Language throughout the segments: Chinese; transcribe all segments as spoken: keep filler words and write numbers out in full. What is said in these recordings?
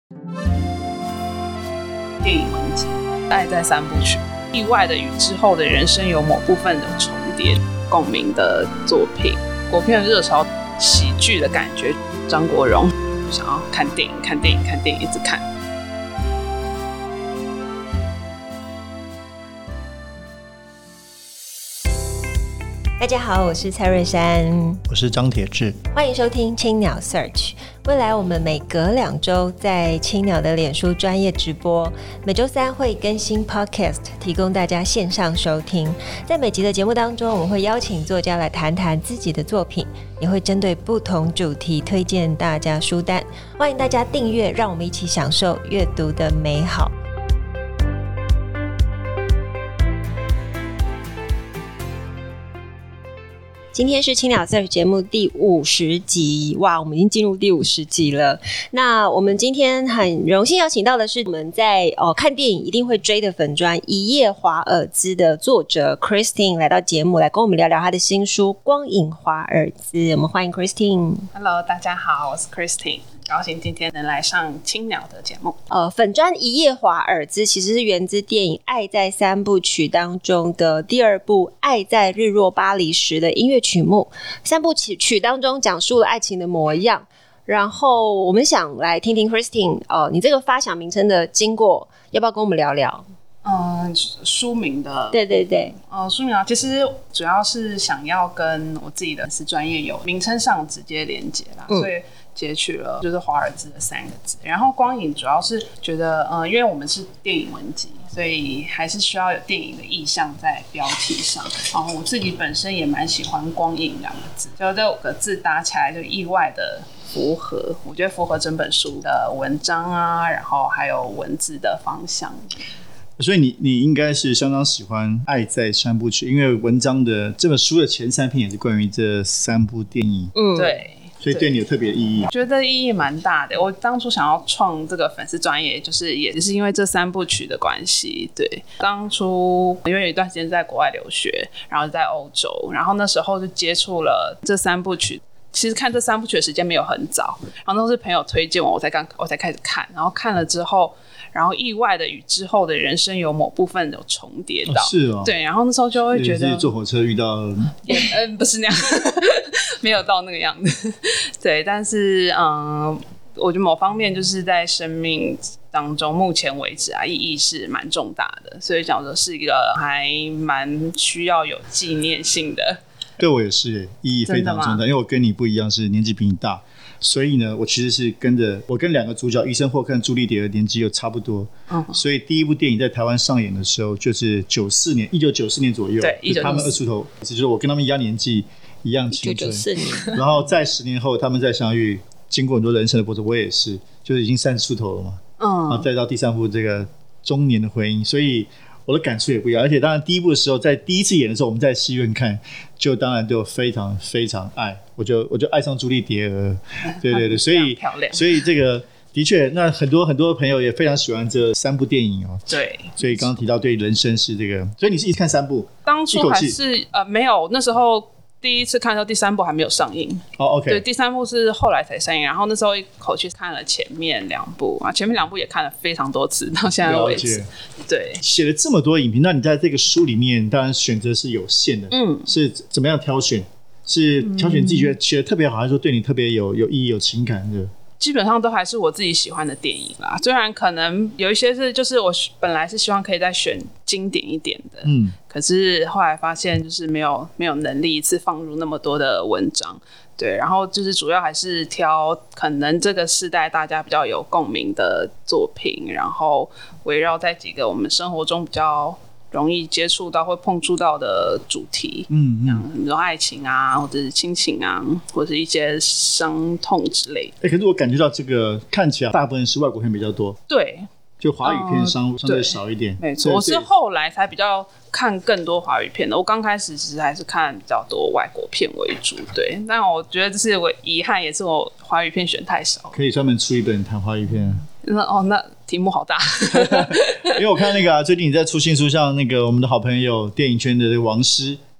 电影文集《爱在三部曲》，意外的与之后的人生有某部分有重叠共鸣的作品。国片热潮喜剧的感觉，张国荣想要看电影看电影看电影一直看。 大家好，我是蔡瑞珊， 我是张铁志， 欢迎收听青鸟 Search。 未来我们每隔两周在青鸟的脸书专业直播，每周三会更新 Podcast， 提供大家线上收听。在每集的节目当中，我们会邀请作家来谈谈自己的作品，也会针对不同主题推荐大家书单。欢迎大家订阅，让我们一起享受阅读的美好。今天是青鸟 Search 节目第五十集，哇，我们已经进入第五十集了。那我们今天很荣幸邀请到的是我们在、哦、看电影一定会追的粉专一夜华尔兹的作者 Christine 来到节目，来跟我们聊聊她的新书《光影华尔兹》。我们欢迎 Christine。Hello， 大家好，我是 Christine。高兴今天能来上青鸟的节目。 呃，粉专一夜华尔兹其实是源自电影《爱在三部曲》当中的第二部《爱在日落巴黎时》的音乐曲目。三部曲当中讲述了爱情的模样。然后我们想来听听 Christine， 呃，你这个发想名称的经过，要不要跟我们聊聊？ 嗯，书名的， 对对对， 呃，书名啊，其实主要是想要跟我自己的粉丝专业有名称上直接连结啦，嗯、所以截取了就是华尔兹的三个字。然后光影主要是觉得，呃，因为我们是电影文集，所以还是需要有电影的意象在标题上。然后我自己本身也蛮喜欢光影两个字，就这五个字搭起来就意外的符合，我觉得符合整本书的文章啊，然后还有文字的方向。 所以 你, 你应该是相当喜欢《爱在三部曲》，因为文章的这本书的前三篇也是关于这三部电影。 嗯，对， 所以对你有特别的意义。 我觉得意义蛮大的。我当初想要创这个粉丝专页，就是也是因为这三部曲的关系。对，当初因为有一段时间在国外留学，然后在欧洲，然后那时候就接触了这三部曲。其实看这三部曲的时间没有很早，然后都是朋友推荐我，我才刚我才开始看，然后看了之后，然后意外的与之后的人生有某部分有重叠到， 哦是哦， 对，然后那时候就会觉得是坐火车遇到， 也嗯不是那样，没有到那个样子，对，但是嗯，我觉得某方面就是在生命当中，目前为止啊，意义是蛮重大的，所以讲说是一个还蛮需要有纪念性的。 对我也是耶，意义非常重大，因为我跟你不一样，是年纪比你大，所以呢，我其实是跟着我跟两个主角伊森霍克和朱丽蝶的年纪又差不多，嗯，所以第一部电影在台湾上演的时候，就是九四年，一九九四年左右， 对， 就他们二出头，就是我跟他们一样年纪，一样青春， 一九九四年， 然后在十年后他们再相遇，经过很多人生的波折，我也是，就是已经三十出头了嘛，嗯，然后再到第三部这个中年的婚姻，所以。我的感触也不一样，而且当然第一部的时候，在第一次演的时候，我们在戏院看，就当然就非常非常爱，我就我就爱上朱丽蝶儿，对对对，所以所以这个的确，那很多很多朋友也非常喜欢这三部电影哦。 对， 所以刚刚提到对人生是这个，所以你是一直看三部？ 当初还是呃没有，那时候。第一次看的时候，第三部还没有上映。 哦、oh, ，OK， 对，第三部是后来才上映。然后那时候一口气看了前面两部啊，前面两部也看了非常多次，到现在为止。对， 写了这么多影评，那你在这个书里面，当然选择是有限的。嗯，是怎么样挑选？是挑选自己觉得写的特别好，还是说对你特别有有意义、有情感的？ 基本上都还是我自己喜欢的电影啦，虽然可能有一些是就是我本来是希望可以再选经典一点的，嗯，可是后来发现就是没有没有能力一次放入那么多的文章，对，然后就是主要还是挑可能这个世代大家比较有共鸣的作品，然后围绕在几个我们生活中比较容易接触到或碰触到的主题，嗯嗯，比如说爱情啊，或者是亲情啊，或者是一些伤痛之类的。 哎、欸，可是我感觉到这个看起来大部分是外国片比较多， 对， 就华语片相、呃、相对少一点。 没错，我是后来才比较看更多华语片的。我刚开始其实还是看比较多外国片为主，对。但我觉得这是我遗憾，也是我华语片选太少。 可以专门出一本谈华语片。 那哦，那题目好大。 因为我看那个、啊、最近你在出新书，像那个我们的好朋友电影圈的王师，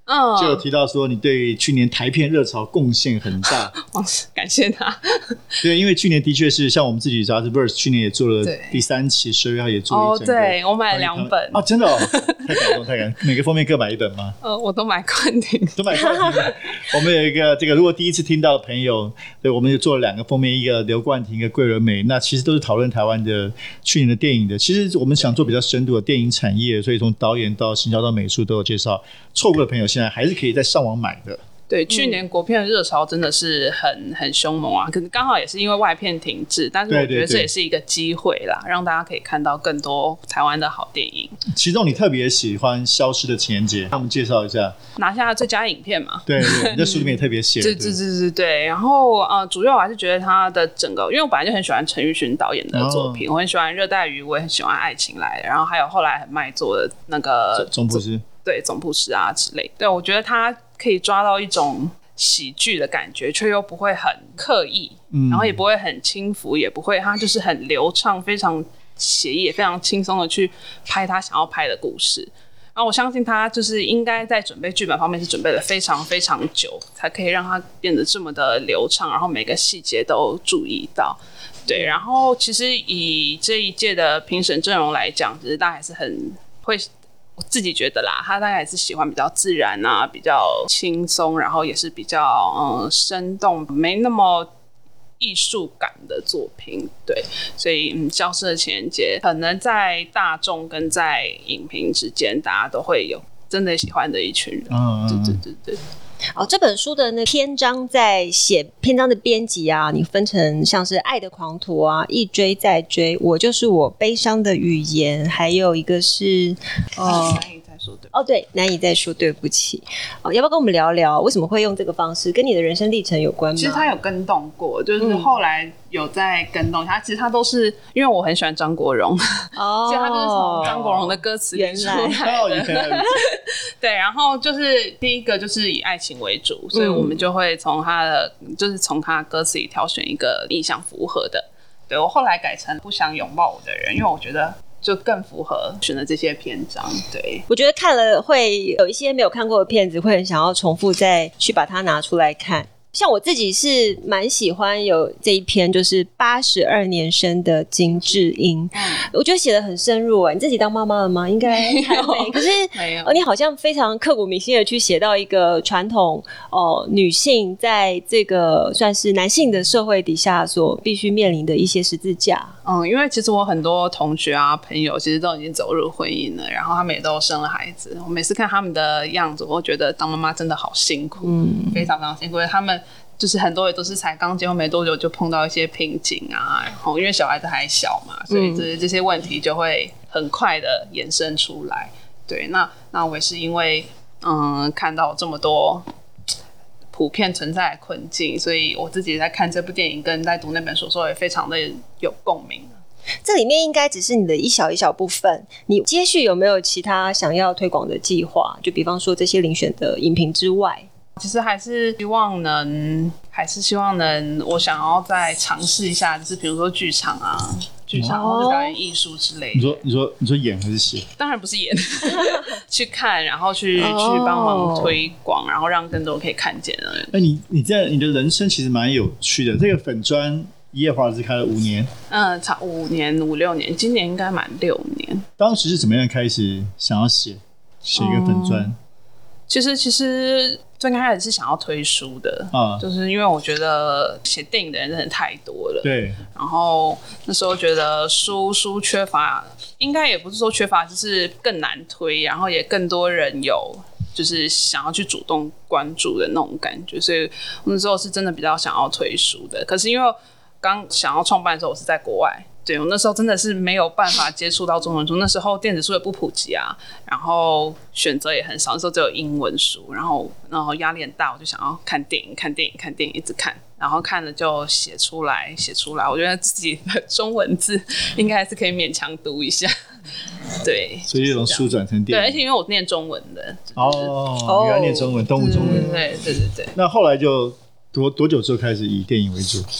嗯， 就有提到说你对去年台片热潮贡献很大， 感谢他。 对，因为去年的确是像我们自己杂志 Verse 去年也做了第三期，十月号也做了一整个。 哦，对，我买了两本哦，真的哦，太感动，太感动。每个封面各买一本吗？ 呃，我都买冠廷， 都买冠廷。我们有一个这个，如果第一次听到的朋友，对，我们就做了两个封面，一个刘冠廷，一个桂纶镁。那其实都是讨论台湾的去年的电影的。其实我们想做比较深度的电影产业，所以从导演到行销到美术都有介绍。错过的朋友现在还是可以在上网买的。 对，去年国片的热潮真的是很很凶猛啊，可是刚好也是因为外片停滞，但是我觉得这也是一个机会啦，让大家可以看到更多台湾的好电影。 其中你特别喜欢《消失的情人节》，让我们介绍一下。 拿下最佳影片嘛？ 对对，你在书里面也特别写。 对对对对对。然后呃，主要我还是觉得他的整个，因为我本来就很喜欢陈玉勋导演的作品，哦、我很喜欢《热带鱼》，我也很喜欢《爱情来了》，然后还有后来很卖座的那个总捕师， 对总捕师啊之类。对，我觉得他可以抓到一种喜剧的感觉，却又不会很刻意，嗯、然后也不会很轻浮，也不会，他就是很流畅，非常写意，也非常轻松的去拍他想要拍的故事。然后我相信他就是应该在准备剧本方面是准备了非常非常久，才可以让他变得这么的流畅，然后每个细节都注意到。对，然后其实以这一届的评审阵容来讲，其实大家还是很会。我自己觉得啦，他大概也是喜欢比较自然啊，比较轻松，然后也是比较嗯生动，没那么艺术感的作品。对，所以嗯，消失的情人节可能在大众跟在影评之间，大家都会有真的喜欢的一群人。嗯，对对对对。 哦，这本书的那篇章在写篇章的编辑啊，你分成像是爱的狂徒啊，一追再追，我就是我悲伤的语言，还有一个是哦，难以再说对哦，对，难以再说对不起。哦，要不要跟我们聊聊为什么会用这个方式？跟你的人生历程有关吗？ 其实他有跟动过，就是后来有在跟动他。嗯、其实他都是因为我很喜欢张国荣，哦，所以他就是从张国荣的歌词里出来的。对，然后就是第一个就是以爱情为主，所以我们就会从他的、嗯、就是从他歌词里挑选一个意象符合的。对，我后来改成不想拥抱我的人，因为我觉得就更符合选的这些篇章。对， 我觉得看了会有一些没有看过的片子，会很想要重复再去把它拿出来看。像我自己是蛮喜欢有这一篇，就是八十二年生的金智英，嗯、我觉得写得很深入啊。你自己当妈妈了吗？应该还没。可是哦，你好像非常刻骨铭心的去写到一个传统哦，女性在这个算是男性的社会底下所必须面临的一些十字架。 嗯，因为其实我很多同学啊、朋友，其实都已经走入婚姻了，然后他们也都生了孩子。我每次看他们的样子，我觉得当妈妈真的好辛苦，嗯，非常非常辛苦。他们就是很多也都是才刚结婚没多久就碰到一些瓶颈啊，然后因为小孩子还小嘛，所以这这些问题就会很快的衍生出来。对，那那我也是因为嗯看到这么多普遍存在的困境，所以我自己在看这部电影跟在读那本书的时候也非常的有共鸣。 这里面应该只是你的一小一小部分，你接续有没有其他想要推广的计划？就比方说这些遴选的影评之外， 其实还是希望能，还是希望能，我想要再尝试一下，就是比如说剧场啊，剧场或者表演艺术之类的。 你说，你说，你说演还是写？ 当然不是演，去看，然后去、oh. 去帮忙推广，然后让更多人可以看见的人。 那你你在你的人生其实蛮有趣的，这个粉专一夜华子开了五年， 嗯，差五年五六年，今年应该满六年。 当时是怎么样开始想要写写一个粉专？嗯、 其实其实最开始是想要推书的，啊，就是因为我觉得写电影的人真的太多了， 对。 然后那时候觉得书书缺乏，应该也不是说缺乏，就是更难推，然后也更多人有就是想要去主动关注的那种感觉，所以我那时候是真的比较想要推书的。可是因为刚想要创办的时候，我是在国外，对，我那时候真的是没有办法接触到中文书，那时候电子书也不普及啊，然后选择也很少，那时候只有英文书，然后然后压力很大，我就想要看电影，看电影，看电影，一直看，然后看了就写出来，写出来，我觉得自己的中文字应该还是可以勉强读一下。对， 所以这种书转成电影， 对，而且因为我念中文的，就是、 哦，原来念中文，动物中文， 对对对对。 那后来就多多久之后开始以电影为主？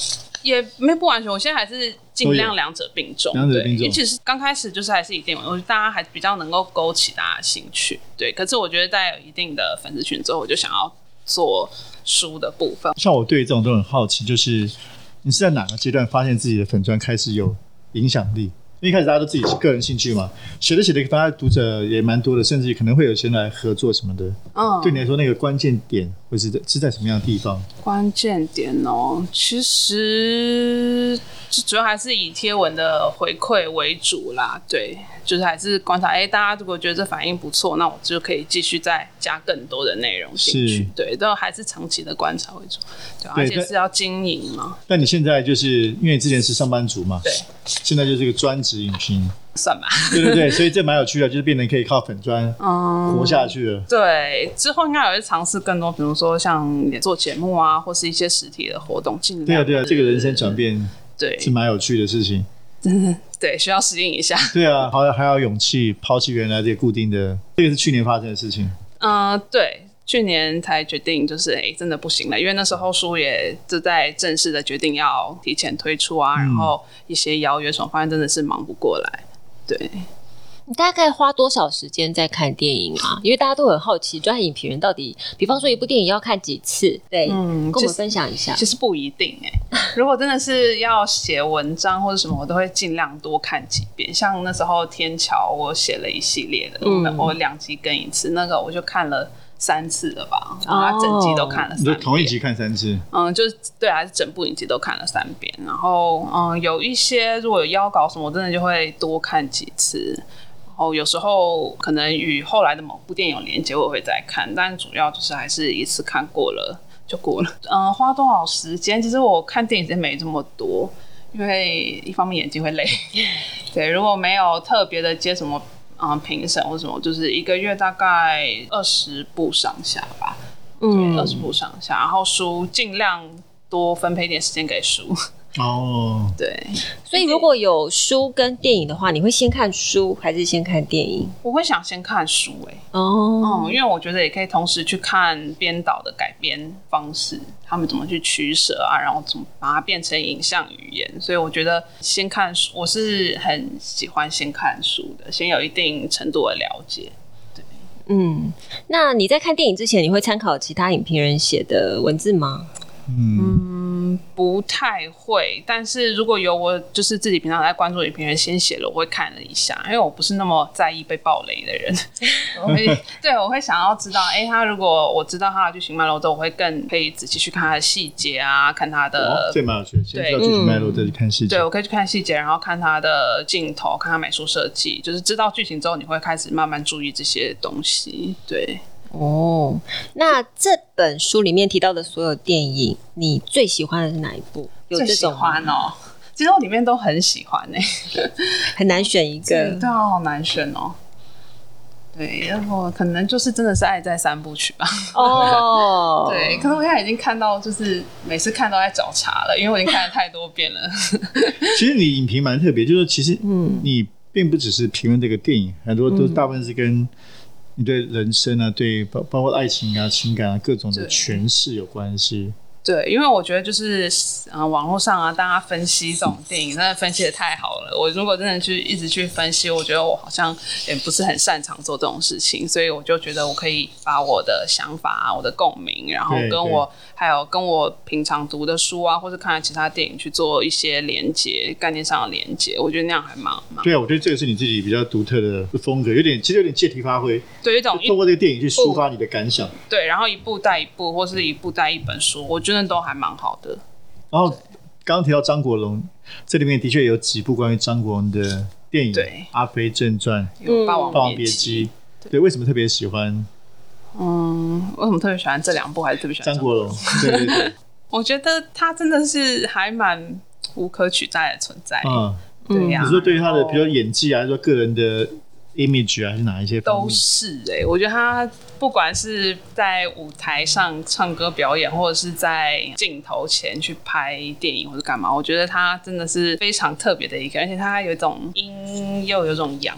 也没不完全，我现在还是尽量两者并重， 两者并重。 其实刚开始就是还是以电影，我觉得大家还比较能够勾起大家的兴趣，对。可是我觉得在有一定的粉丝群之后，我就想要做书的部分。 像我对这种都很好奇，就是你是在哪个阶段发现自己的粉专开始有影响力？因为一开始大家都自己是个人兴趣嘛，写着写着发现读者也蛮多的，甚至可能会有些人来合作什么的。嗯，对你来说那个关键点会是在是在什么样的地方？ 关键点哦，其实主要还是以贴文的回馈为主啦。对，就是还是观察，哎、欸，大家如果觉得这反应不错，那我就可以继续再加更多的内容进去。对，都还是长期的观察为主。对，而且是要经营嘛。 但你现在就是因为你之前是上班族嘛， 对， 现在就是一个专职影评， 算吧。 对对对，所以这蛮有趣的，就是变成可以靠粉专活下去了。 嗯、对，之后应该也会尝试更多，比如说像做节目啊，或是一些实体的活动，尽量。 对啊对啊，这个人生转变对是蛮有趣的事情。 对，需要适应一下。 对啊，还还要勇气抛弃原来这个固定的，这个是去年发生的事情。 嗯、呃，对。去年才决定，就是哎、欸，真的不行了，因为那时候书也就在正式的决定要提前推出啊，嗯、然后一些邀约什么，发现真的是忙不过来。对， 你大概花多少时间在看电影啊？因为大家都很好奇，专业影评人到底，比方说一部电影要看几次？对，嗯，跟我们分享一下。 其实不一定哎、欸，如果真的是要写文章或者什么，我都会尽量多看几遍。像那时候天桥，我写了一系列的，嗯、我两集跟一次，那个我就看了三次了吧，然后他整集都看了三遍。 你就同一集看三次？ 嗯，就是对啊，整部影集都看了三遍。然后嗯，有一些如果有邀稿什么，我真的就会多看几次。然后有时候可能与后来的某部电影有连结，我会再看，但主要就是还是一次看过了就过了。嗯，花多少时间？其实我看电影时间没这么多，因为一方面眼睛会累。对，如果没有特别的接什么。嗯，评审或什么，就是一个月大概二十部上下吧，嗯，二十部上下，然后书尽量多分配一点时间给书。哦，对， 所以如果有书跟电影的话，你会先看书还是先看电影？ 我会想先看书、欸，哎，哦、嗯，因为我觉得也可以同时去看编导的改编方式，他们怎么去取舍啊，然后怎么把它变成影像语言，所以我觉得先看书，我是很喜欢先看书的，先有一定程度的了解。对， 嗯，那你在看电影之前，你会参考其他影评人写的文字吗？ 嗯，不太会，但是如果有我就是自己平常在关注影评人先写了，我会看了一下，因为我不是那么在意被爆雷的人。我会对我会想要知道，哎、欸，他如果我知道他的剧情脉络之后，我会更可以仔细去看他的细节啊，看他的。 这蛮有趣的，先知道剧情脉络再去看细节。 对，我可以去看细节，然后看他的镜头，看他美术设计，就是知道剧情之后，你会开始慢慢注意这些东西。对。 哦，那这本书里面提到的所有电影，你最喜欢的是哪一部？有这种最喜欢哦，其实我里面都很喜欢哎、欸， 很难选一个。 对啊，好难选哦。对，然后可能就是真的是《爱在三部曲》吧。哦，对，可是我现在已经看到，就是每次看都在找茬了，因为我已经看了太多遍了。 其实你影评蛮特别，就是其实你并不只是评论这个电影，很多都大部分是跟你对人生啊，对包包括爱情啊、情感啊各种的诠释有关系。 对，因为我觉得就是呃，网络上啊，大家分析这种电影，真的分析的太好了。我如果真的去一直去分析，我觉得我好像也不是很擅长做这种事情，所以我就觉得我可以把我的想法啊、我的共鸣，然后跟我还有跟我平常读的书啊，或是看的其他电影去做一些连结，概念上的连结，我觉得那样还蛮蛮。 对啊，我觉得这个是你自己比较独特的风格，有点其实有点借题发挥， 对，一种透过这个电影去抒发你的感想。 对，然后一部带一部，或是一部带一本书，我觉得都还蛮好的。 然后刚刚提到张国荣，这里面的确有几部关于张国荣的电影，对，《阿飞正传》、 有《霸王别姬》，对，为什么特别喜欢？ 嗯，为什么特别喜欢这两部，还是特别喜欢张国荣？对对对， 我觉得他真的是还蛮无可取代的存在。嗯， 对呀、啊。你说对于他的，比如演技啊，还是说个人的 image 啊，还是哪一些方面？ 都是哎、欸，我觉得他不管是在舞台上唱歌表演，或者是在镜头前去拍电影或者干嘛，我觉得他真的是非常特别的一个，而且他有一种阴又有一种阳。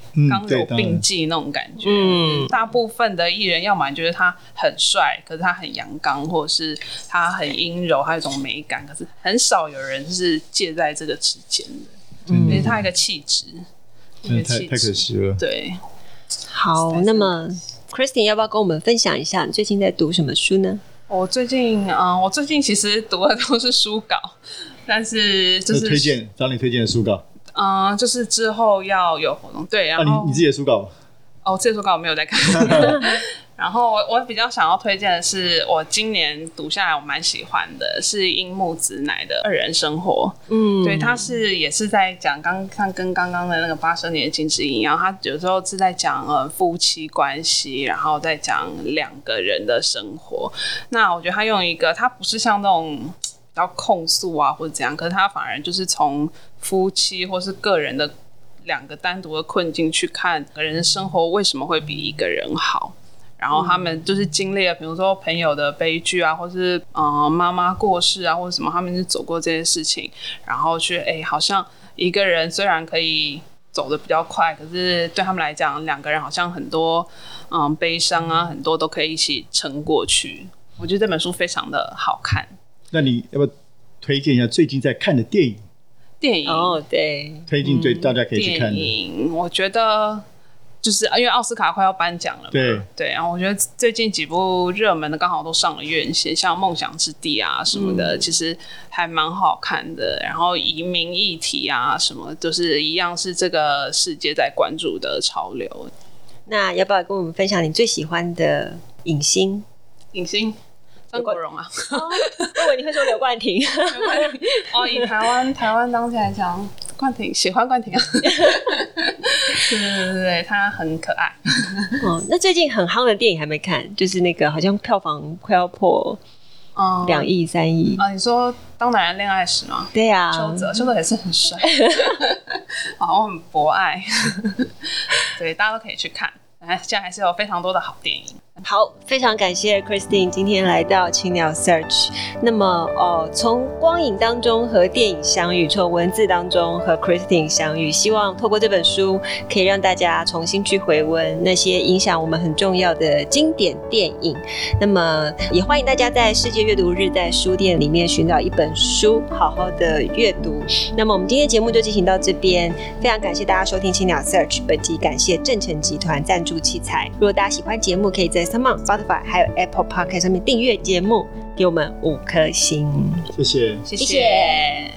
刚柔并济那种感觉。嗯，大部分的艺人要么你觉得他很帅，可是他很阳刚，或者是他很阴柔，他有一种美感，可是很少有人是介在这个之间的。嗯，因为他一个气质， 真的太太可惜了。 对， 好，那么 Christine 要不要跟我们分享一下你最近在读什么书呢？ 我最近，嗯、呃，我最近其实读的都是书稿，但是就是推荐找你推荐的书稿。 嗯、呃，就是之后要有活动，对，然后、 啊、你你自己的书稿吗？ 哦，我自己的书稿我没有在看。然后我我比较想要推荐的是，我今年读下来我蛮喜欢的，是樱木直乃的《二人生活》。嗯，对，他是也是在讲刚像跟刚刚的那个八十年的金智英一样，他有时候是在讲呃夫妻关系，然后再讲两个人的生活。那我觉得他用一个，他不是像那种比较控诉啊或者怎样，可是他反而就是从夫妻或是个人的两个单独的困境去看个人的生活为什么会比一个人好。然后他们就是经历了，比如说朋友的悲剧啊，或是呃妈妈过世啊，或者什么，他们就走过这些事情，然后去哎，好像一个人虽然可以走得比较快，可是对他们来讲，两个人好像很多嗯悲伤啊，很多都可以一起撑过去。我觉得这本书非常的好看。 那你要不要推荐一下最近在看的电影？ 电影哦，对， 推荐对、嗯、大家可以去看的。 电影，我觉得。就是因为奥斯卡快要颁奖了嘛， 对对， 然后我觉得最近几部热门的刚好都上了院线，像《梦想之地》啊什么的，嗯、其实还蛮好看的。然后移民议题啊什么，就是一样是这个世界在关注的潮流。 那要不要跟我们分享你最喜欢的影星？ 影星张国荣啊， 哦、我以为你会说刘冠廷。 哦，以台湾台湾当下来讲。冠廷喜欢冠廷啊，对对对对，他很可爱。 哦，那最近很夯的电影还没看，就是那个好像票房快要破两亿三亿啊！你说《当男人恋爱时》吗？ 对呀、啊， 邱泽，邱泽也是很帅，好，我很博爱。对，大家都可以去看。现在还是有非常多的好电影。 好，非常感谢 Christine 今天来到青鸟 Search。那么，哦，从光影当中和电影相遇，从文字当中和 Christine 相遇，希望透过这本书可以让大家重新去回温那些影响我们很重要的经典电影。那么，也欢迎大家在世界阅读日在书店里面寻找一本书，好好的阅读。那么，我们今天节目就进行到这边，非常感谢大家收听青鸟 Search。本集感谢正成集团赞助器材。如果大家喜欢节目，可以在Spotify 还有 Apple Podcast 上面订阅节目，给我们五颗星， 谢谢， 谢谢。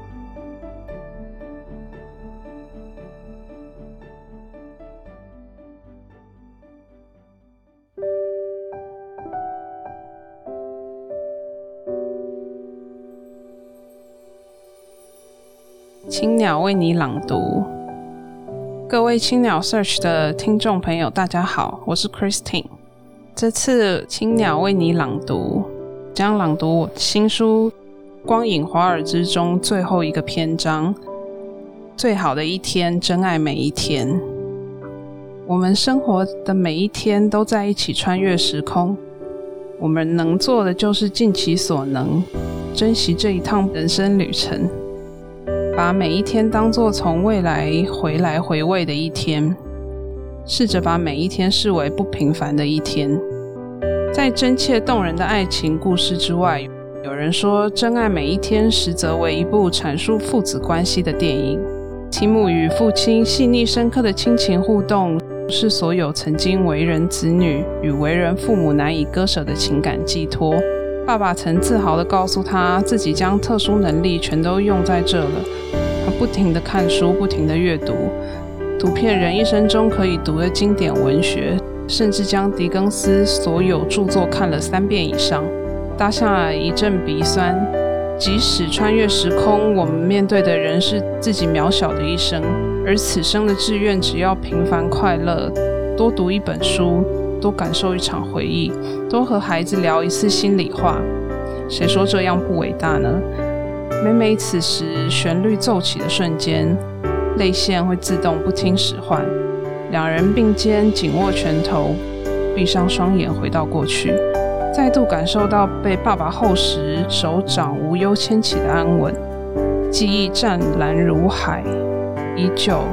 青鸟为你朗读。各位青鸟 Search 的听众朋友，大家好，我是 Christine。这次青鸟为你朗读，将朗读我新书《光影华尔兹》中最后一个篇章：最好的一天，真爱每一天。我们生活的每一天都在一起穿越时空，我们能做的就是尽其所能，珍惜这一趟人生旅程。把每一天当作从未来回来回味的一天，试着把每一天视为不平凡的一天。在真切动人的爱情故事之外，有人说《真爱每一天》实则为一部阐述父子关系的电影。其母与父亲细腻深刻的亲情互动，是所有曾经为人子女与为人父母难以割舍的情感寄托。爸爸曾自豪地告诉他，自己将特殊能力全都用在这了。他不停地看书，不停地阅读，读遍人一生中可以读的经典文学，甚至将狄更斯所有著作看了三遍以上，搭下了一阵鼻酸。即使穿越时空，我们面对的仍是自己渺小的一生，而此生的志愿只要平凡快乐，多读一本书，多感受一场回忆，多和孩子聊一次心里话。谁说这样不伟大呢？每每此时旋律奏起的瞬间，泪腺会自动不听使唤，两人并肩紧握拳头，闭上双眼回到过去，再度感受到被爸爸厚实手掌无忧牵起的安稳。记忆湛蓝如海，依旧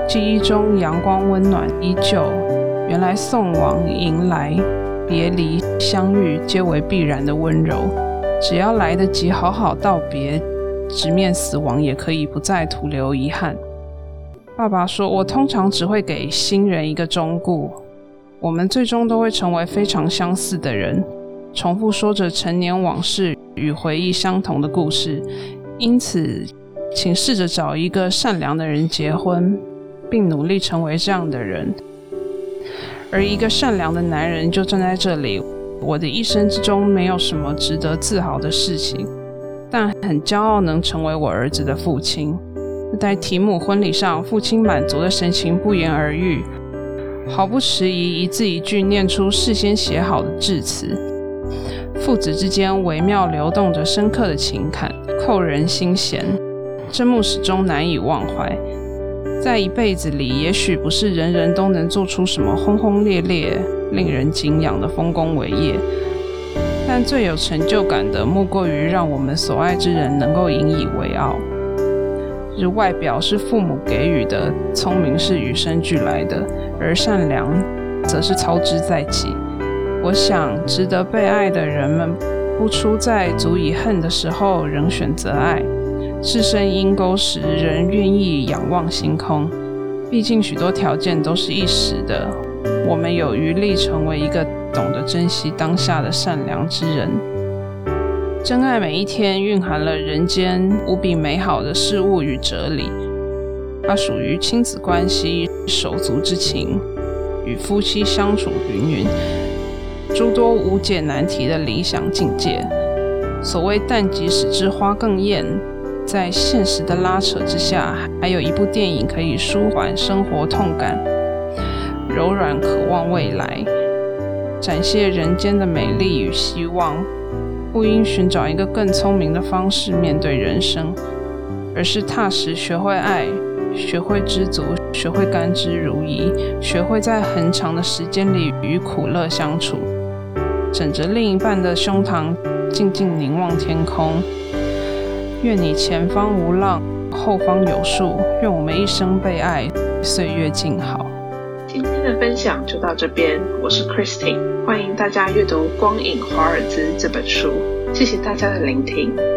记忆中阳光温暖依旧，原来送往迎来别离相遇皆为必然的温柔，只要来得及好好道别，直面死亡也可以不再徒留遗憾。爸爸说，我通常只会给新人一个忠告，我们最终都会成为非常相似的人，重复说着陈年往事与回忆相同的故事，因此请试着找一个善良的人结婚，并努力成为这样的人。而一个善良的男人就站在这里。我的一生之中没有什么值得自豪的事情，但很骄傲能成为我儿子的父亲。在提姆婚礼上，父亲满足的神情不言而喻，毫不迟疑一字一句念出事先写好的致辞。父子之间微妙流动着深刻的情感，扣人心弦，真木始终难以忘怀。在一辈子里，也许不是人人都能做出什么轰轰烈烈、令人敬仰的丰功伟业，但最有成就感的，莫过于让我们所爱之人能够引以为傲。而外表是父母给予的，聪明是与生俱来的，而善良则是操之在己。我想，值得被爱的人们，不出在足以恨的时候仍选择爱，置身阴沟时仍愿意仰望星空。毕竟许多条件都是一时的，我们有余力成为一个懂得珍惜当下的善良之人。真爱每一天蕴含了人间无比美好的事物与哲理，它属于亲子关系、手足之情与夫妻相处云云诸多无解难题的理想境界。所谓淡即使之花更艳，在现实的拉扯之下，还有一部电影可以舒缓生活痛感，柔软渴望未来，展现人间的美丽与希望。不应寻找一个更聪明的方式面对人生，而是踏实学会爱，学会知足，学会甘之如饴，学会在很长的时间里与苦乐相处。枕着另一半的胸膛，静静凝望天空。愿你前方无浪，后方有树。愿我们一生被爱，岁月静好。 今天的分享就到这边，我是 Christine， 欢迎大家阅读《光影华尔兹》这本书，谢谢大家的聆听。